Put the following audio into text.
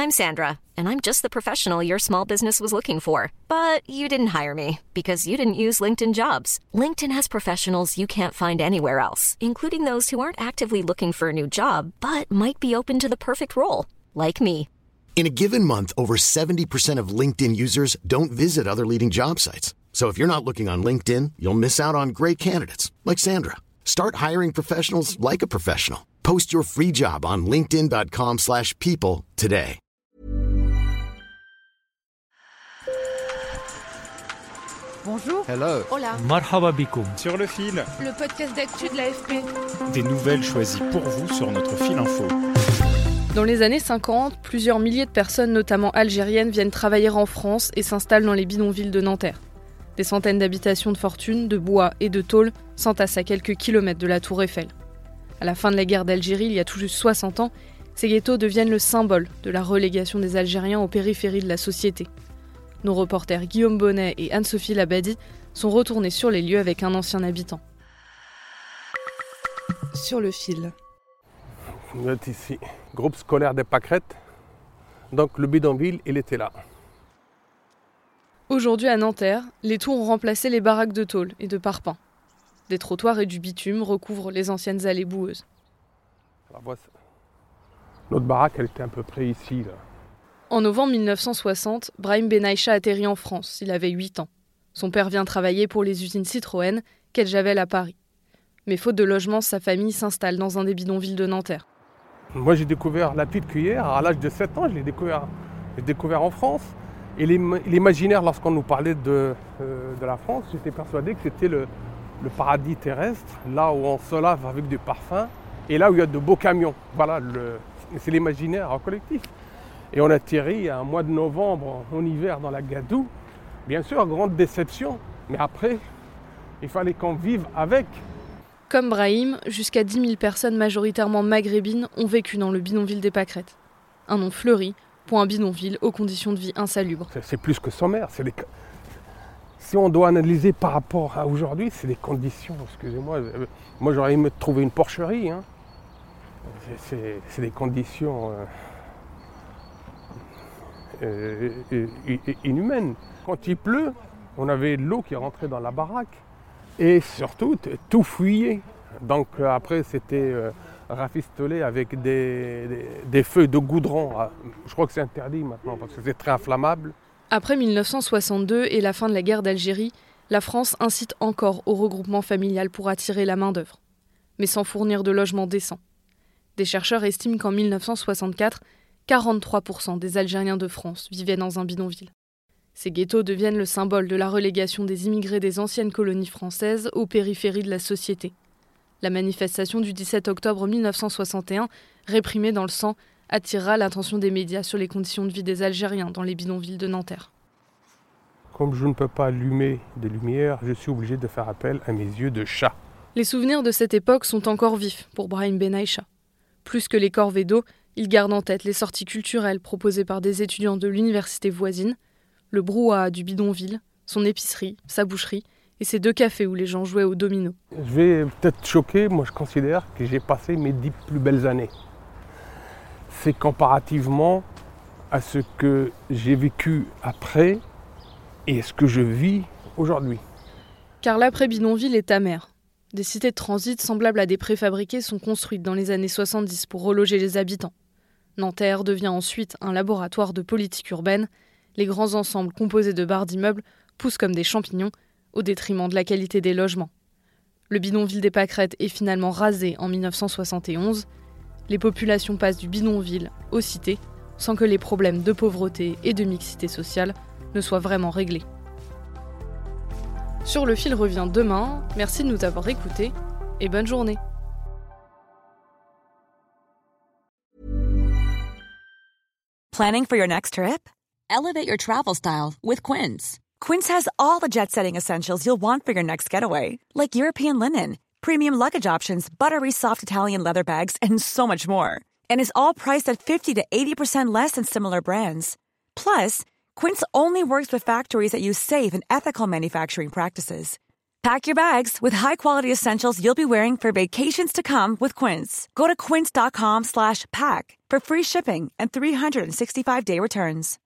I'm Sandra, and I'm just the professional your small business was looking for. But you didn't hire me because you didn't use LinkedIn Jobs. LinkedIn has professionals you can't find anywhere else, including those who aren't actively looking for a new job, but might be open to the perfect role, like me. In a given month, over 70% of LinkedIn users don't visit other leading job sites. So if you're not looking on LinkedIn, you'll miss out on great candidates like Sandra. Start hiring professionals like a professional. Post your free job on linkedin.com/people today. Bonjour. Hello. Hola. Marhaba bikoum. Sur le fil. Le podcast d'actu de l'AFP. Des nouvelles choisies pour vous sur notre fil info. Dans les années 50, plusieurs milliers de personnes, notamment algériennes, viennent travailler en France et s'installent dans les bidonvilles de Nanterre. Des centaines d'habitations de fortune, de bois et de tôle s'entassent à quelques kilomètres de la Tour Eiffel. À la fin de la guerre d'Algérie, il y a tout juste 60 ans, ces ghettos deviennent le symbole de la relégation des Algériens aux périphéries de la société. Nos reporters Guillaume Bonnet et Anne-Sophie Labadie sont retournés sur les lieux avec un ancien habitant. Sur le fil. Vous êtes ici, groupe scolaire des Pâquerettes. Donc le bidonville, il était là. Aujourd'hui à Nanterre, les tours ont remplacé les baraques de tôle et de parpaing. Des trottoirs et du bitume recouvrent les anciennes allées boueuses. Notre baraque, elle était à peu près ici. Là. En novembre 1960, Brahim Benaïcha atterrit en France. Il avait 8 ans. Son père vient travailler pour les usines Citroën, qu'elle javel à Paris. Mais faute de logement, sa famille s'installe dans un des bidonvilles de Nanterre. Moi, j'ai découvert la petite cuillère à l'âge de 7 ans. Je l'ai découvert en France. Et l'imaginaire, lorsqu'on nous parlait de la France, j'étais persuadé que c'était le paradis terrestre, là où on se lave avec du parfum et là où il y a de beaux camions. Voilà, c'est l'imaginaire collectif. Et on atterrit un mois de novembre en hiver dans la Gadoue. Bien sûr, grande déception, mais après, il fallait qu'on vive avec. Comme Brahim, jusqu'à 10 000 personnes majoritairement maghrébines ont vécu dans le bidonville des Pâquerettes. Un nom fleuri pour un bidonville aux conditions de vie insalubres. C'est plus que sommaire. Si on doit analyser par rapport à aujourd'hui, c'est des conditions. Excusez-moi, moi j'aurais aimé trouver une porcherie. Hein. C'est des conditions inhumaines. Quand il pleut, on avait de l'eau qui rentrait dans la baraque. Et surtout, tout fuyait. Donc après, c'était rafistolé avec des feux de goudron. Je crois que c'est interdit maintenant parce que c'est très inflammable. Après 1962 et la fin de la guerre d'Algérie, la France incite encore au regroupement familial pour attirer la main-d'œuvre, mais sans fournir de logements décents. Des chercheurs estiment qu'en 1964, 43% des Algériens de France vivaient dans un bidonville. Ces ghettos deviennent le symbole de la relégation des immigrés des anciennes colonies françaises aux périphéries de la société. La manifestation du 17 octobre 1961, réprimée dans le sang, attirera l'attention des médias sur les conditions de vie des Algériens dans les bidonvilles de Nanterre. Comme je ne peux pas allumer des lumières, je suis obligé de faire appel à mes yeux de chat. Les souvenirs de cette époque sont encore vifs pour Brahim Benaïcha. Plus que les corvées d'eau, il garde en tête les sorties culturelles proposées par des étudiants de l'université voisine, le brouhaha du bidonville, son épicerie, sa boucherie et ses 2 cafés où les gens jouaient au domino. Je vais peut-être choquer, moi je considère que j'ai passé mes 10 plus belles années. C'est comparativement à ce que j'ai vécu après et ce que je vis aujourd'hui. Car l'après-bidonville est amer. Des cités de transit semblables à des préfabriqués sont construites dans les années 70 pour reloger les habitants. Nanterre devient ensuite un laboratoire de politique urbaine. Les grands ensembles composés de barres d'immeubles poussent comme des champignons au détriment de la qualité des logements. Le bidonville des Pâquerettes est finalement rasé en 1971. Les populations passent du bidonville aux cités sans que les problèmes de pauvreté et de mixité sociale ne soient vraiment réglés. Sur le fil revient demain. Merci de nous avoir écoutés et bonne journée. Planning for your next trip? Elevate your travel style with Quince. Quince has all the jet-setting essentials you'll want for your next getaway, like European linen, premium luggage options, buttery soft Italian leather bags, and so much more. And is all priced at 50 to 80% less than similar brands. Plus, Quince only works with factories that use safe and ethical manufacturing practices. Pack your bags with high-quality essentials you'll be wearing for vacations to come with Quince. Go to quince.com/pack for free shipping and 365-day returns.